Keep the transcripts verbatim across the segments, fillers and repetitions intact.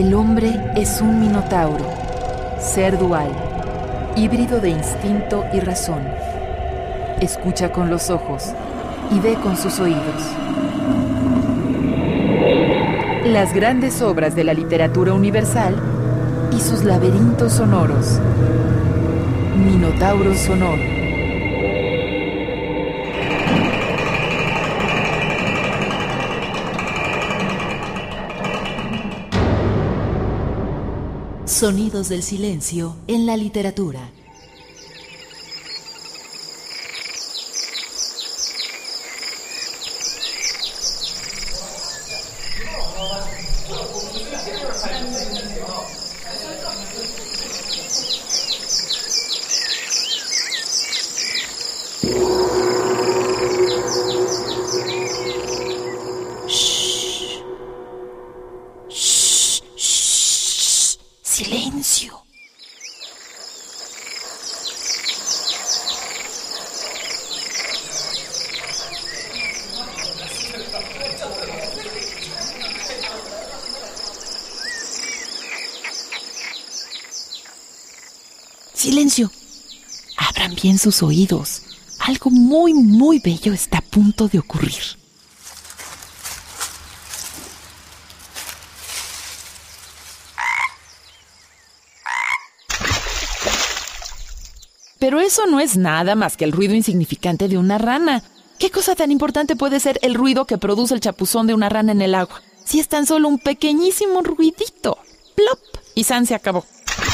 El hombre es un minotauro, ser dual, híbrido de instinto y razón. Escucha con los ojos y ve con sus oídos. Las grandes obras de la literatura universal y sus laberintos sonoros. Minotauro sonoro. Sonidos del silencio en la literatura. Silencio. Silencio. Abran bien sus oídos. Algo muy, muy bello está a punto de ocurrir. Pero eso no es nada más que el ruido insignificante de una rana. ¿Qué cosa tan importante puede ser el ruido que produce el chapuzón de una rana en el agua? Si es tan solo un pequeñísimo ruidito. ¡Plop! Y san se acabó.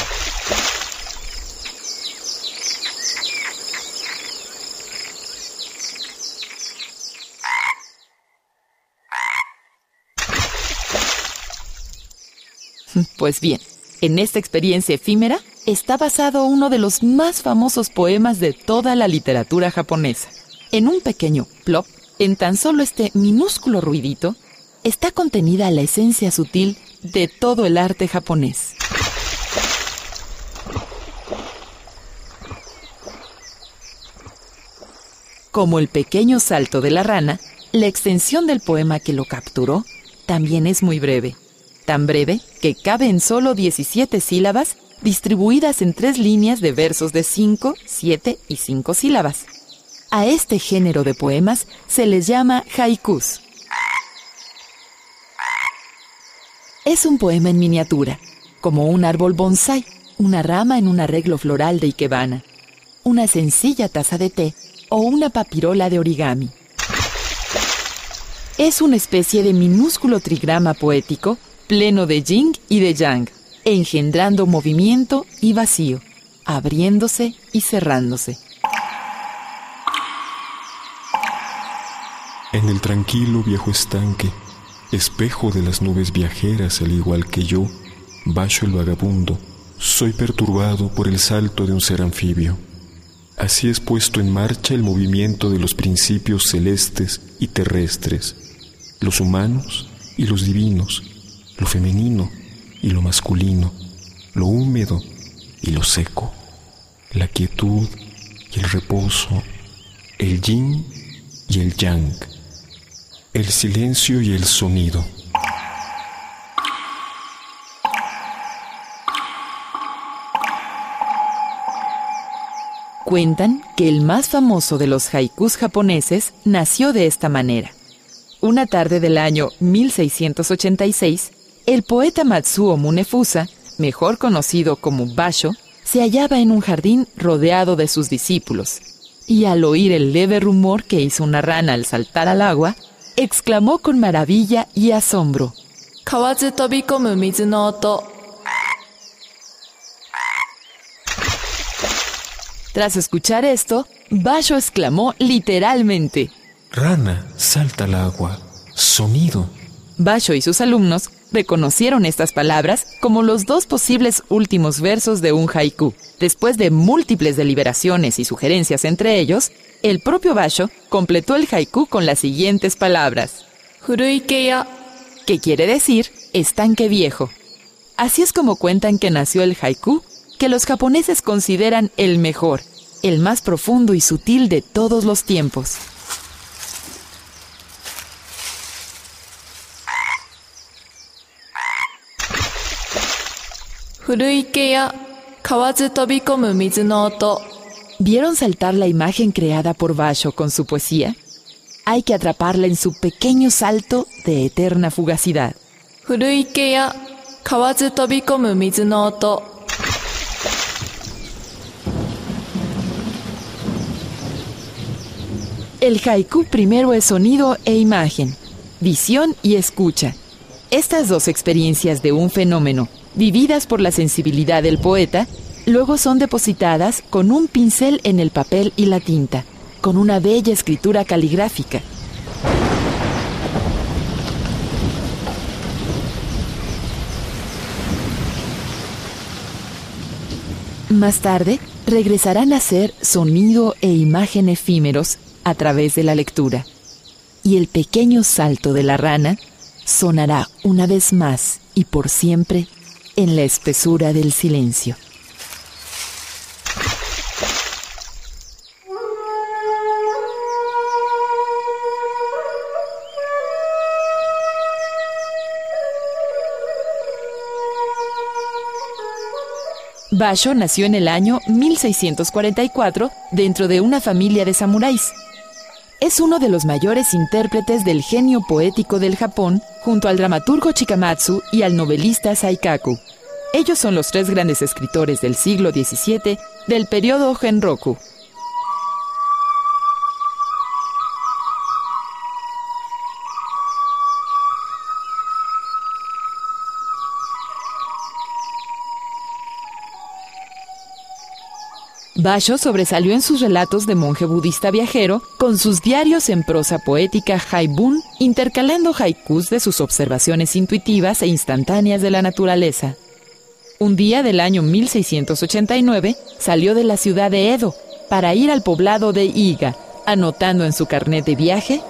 Pues bien, en esta experiencia efímera está basado uno de los más famosos poemas de toda la literatura japonesa. En un pequeño plop, en tan solo este minúsculo ruidito, está contenida la esencia sutil de todo el arte japonés. Como el pequeño salto de la rana, la extensión del poema que lo capturó también es muy breve. Tan breve que cabe en solo diecisiete sílabas distribuidas en tres líneas de versos de cinco, siete y cinco sílabas. A este género de poemas se les llama haikus. Es un poema en miniatura, como un árbol bonsái, una rama en un arreglo floral de ikebana, una sencilla taza de té o una papirola de origami. Es una especie de minúsculo trigrama poético pleno de yin y de yang, engendrando movimiento y vacío, abriéndose y cerrándose. En el tranquilo viejo estanque, espejo de las nubes viajeras al igual que yo, Basho el vagabundo, soy perturbado por el salto de un ser anfibio. Así es puesto en marcha el movimiento de los principios celestes y terrestres, los humanos y los divinos, lo femenino y lo masculino, lo húmedo y lo seco, la quietud y el reposo, el yin y el yang, el silencio y el sonido. Cuentan que el más famoso de los haikus japoneses nació de esta manera. Una tarde del año mil seiscientos ochenta y seis, el poeta Matsuo Munefusa, mejor conocido como Basho, se hallaba en un jardín rodeado de sus discípulos, y al oír el leve rumor que hizo una rana al saltar al agua, exclamó con maravilla y asombro: "Kawazu tobikomu mizu no oto". Tras escuchar esto, Basho exclamó literalmente: Rana, salta al agua, sonido. Basho y sus alumnos reconocieron estas palabras como los dos posibles últimos versos de un haiku. Después de múltiples deliberaciones y sugerencias entre ellos, el propio Basho completó el haiku con las siguientes palabras: Furuikeya, que quiere decir estanque viejo. Así es como cuentan que nació el haiku, que los japoneses consideran el mejor, el más profundo y sutil de todos los tiempos. 古池や河津飛び込む水の音。 ¿Vieron saltar la imagen creada por Basho con su poesía? Hay que atraparla en su pequeño salto de eterna fugacidad. 古池や河津飛び込む水の音。 El haiku primero es sonido e imagen, visión y escucha. Estas dos experiencias de un fenómeno, vividas por la sensibilidad del poeta, luego son depositadas con un pincel en el papel y la tinta, con una bella escritura caligráfica. Más tarde, regresarán a ser sonido e imagen efímeros a través de la lectura. Y el pequeño salto de la rana sonará una vez más y por siempre en la espesura del silencio. Basho nació en el año mil seiscientos cuarenta y cuatro dentro de una familia de samuráis. Es uno de los mayores intérpretes del genio poético del Japón, junto al dramaturgo Chikamatsu y al novelista Saikaku. Ellos son los tres grandes escritores del siglo diecisiete del periodo Genroku. Basho sobresalió en sus relatos de monje budista viajero, con sus diarios en prosa poética haibun, intercalando haikus de sus observaciones intuitivas e instantáneas de la naturaleza. Un día del año mil seiscientos ochenta y nueve salió de la ciudad de Edo para ir al poblado de Iga, anotando en su carnet de viaje: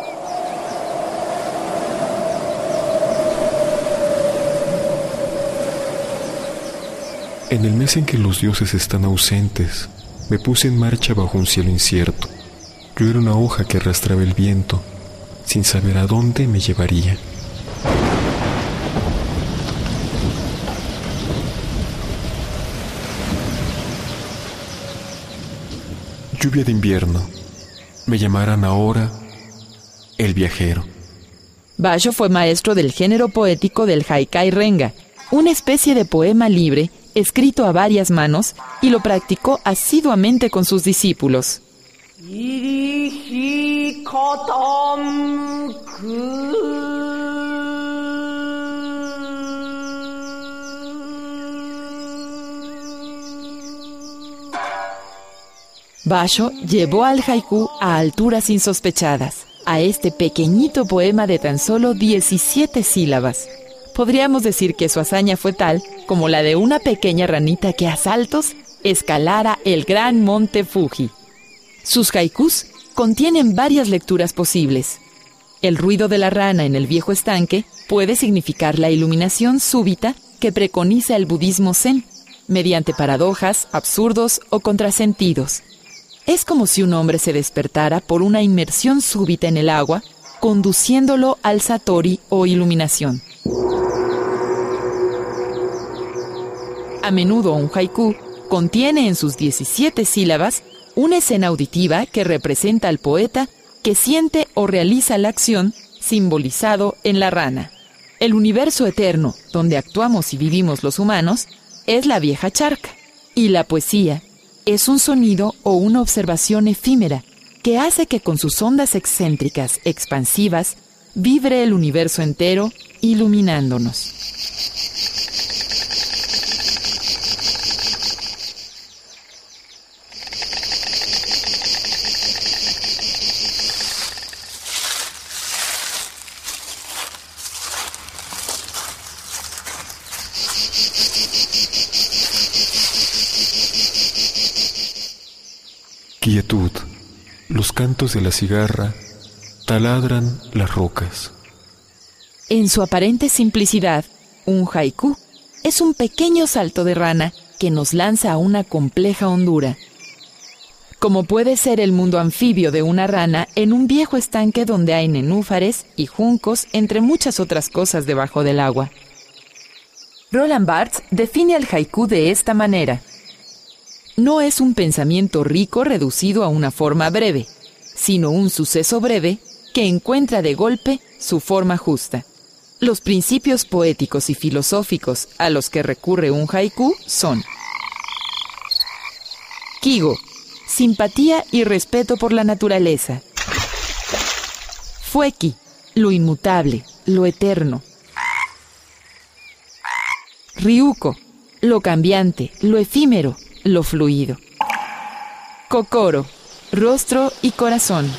En el mes en que los dioses están ausentes, me puse en marcha bajo un cielo incierto. Yo era una hoja que arrastraba el viento, sin saber a dónde me llevaría. Lluvia de invierno. Me llamarán ahora el viajero. Basho fue maestro del género poético del haikai renga, una especie de poema libre escrito a varias manos, y lo practicó asiduamente con sus discípulos. Basho llevó al haiku a alturas insospechadas, a este pequeñito poema de tan solo diecisiete sílabas. Podríamos decir que su hazaña fue tal como la de una pequeña ranita que a saltos escalara el gran monte Fuji. Sus haikus contienen varias lecturas posibles. El ruido de la rana en el viejo estanque puede significar la iluminación súbita que preconiza el budismo zen, mediante paradojas, absurdos o contrasentidos. Es como si un hombre se despertara por una inmersión súbita en el agua, conduciéndolo al satori o iluminación. A menudo un haiku contiene en sus diecisiete sílabas una escena auditiva que representa al poeta que siente o realiza la acción, simbolizado en la rana. El universo eterno, donde actuamos y vivimos los humanos, es la vieja charca, y la poesía es un sonido o una observación efímera que hace que con sus ondas excéntricas expansivas vibre el universo entero, iluminándonos. Quietud. Los cantos de la cigarra taladran las rocas. En su aparente simplicidad, un haiku es un pequeño salto de rana que nos lanza a una compleja hondura. Como puede ser el mundo anfibio de una rana en un viejo estanque donde hay nenúfares y juncos, entre muchas otras cosas debajo del agua. Roland Barthes define al haiku de esta manera. No es un pensamiento rico reducido a una forma breve, sino un suceso breve que encuentra de golpe su forma justa. Los principios poéticos y filosóficos a los que recurre un haiku son: Kigo, simpatía y respeto por la naturaleza. Fueki, lo inmutable, lo eterno. Ryuko, lo cambiante, lo efímero, lo fluido. Kokoro, rostro y corazón.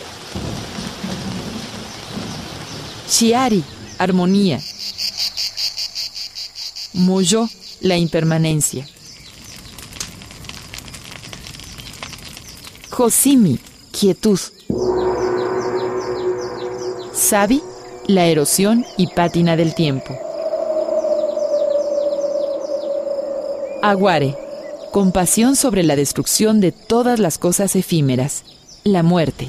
Shiari, armonía. Muyo, la impermanencia. Hosimi, quietud. Sabi, la erosión y pátina del tiempo. Aguare, compasión sobre la destrucción de todas las cosas efímeras, la muerte.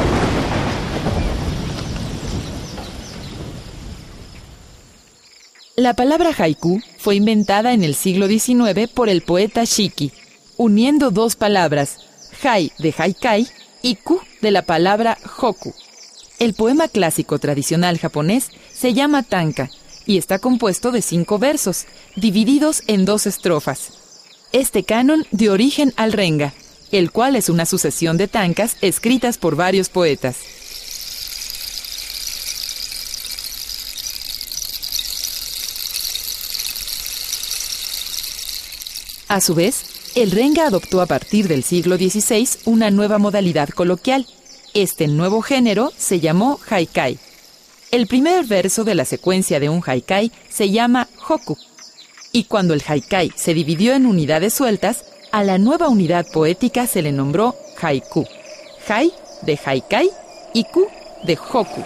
La palabra haiku fue inventada en el siglo diecinueve por el poeta Shiki, uniendo dos palabras, hai de haikai y ku de la palabra hoku. El poema clásico tradicional japonés se llama tanka y está compuesto de cinco versos, divididos en dos estrofas. Este canon dio origen al renga, el cual es una sucesión de tankas escritas por varios poetas. A su vez, el renga adoptó a partir del siglo dieciséis una nueva modalidad coloquial. Este nuevo género se llamó haikai. El primer verso de la secuencia de un haikai se llama hoku. Y cuando el haikai se dividió en unidades sueltas, a la nueva unidad poética se le nombró haiku. Hai de haikai y ku de hoku.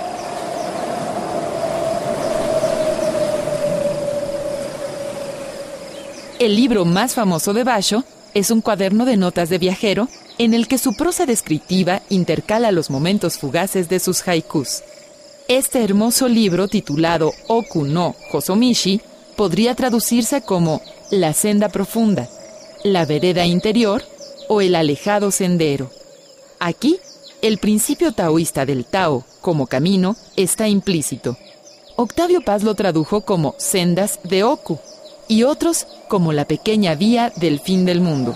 El libro más famoso de Basho es un cuaderno de notas de viajero en el que su prosa descriptiva intercala los momentos fugaces de sus haikus. Este hermoso libro, titulado Oku no Hosomishi, podría traducirse como La senda profunda, La vereda interior o El alejado sendero. Aquí, el principio taoísta del Tao como camino está implícito. Octavio Paz lo tradujo como sendas de Oku y otros como la pequeña vía del fin del mundo.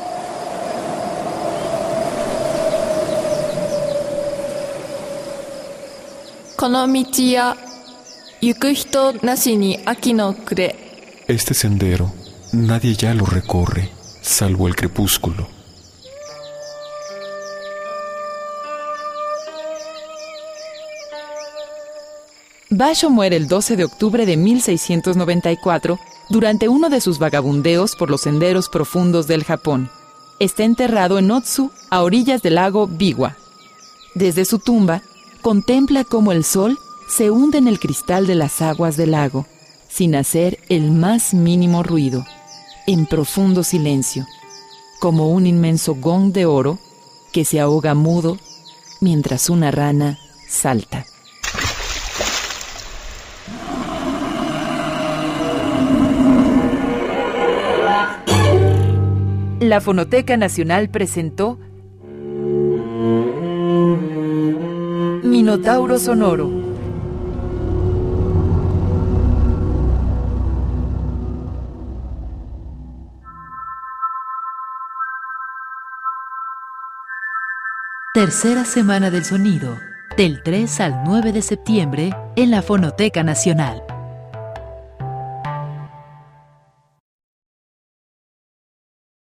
Este sendero, nadie ya lo recorre, salvo el crepúsculo. Basho muere el doce de octubre de mil seiscientos noventa y cuatro durante uno de sus vagabundeos por los senderos profundos del Japón. Está enterrado en Otsu, a orillas del lago Biwa. Desde su tumba, contempla cómo el sol se hunde en el cristal de las aguas del lago, sin hacer el más mínimo ruido, en profundo silencio, como un inmenso gong de oro que se ahoga mudo mientras una rana salta. La Fonoteca Nacional presentó Minotauro Sonoro. Tercera Semana del Sonido, del tres al nueve de septiembre en la Fonoteca Nacional.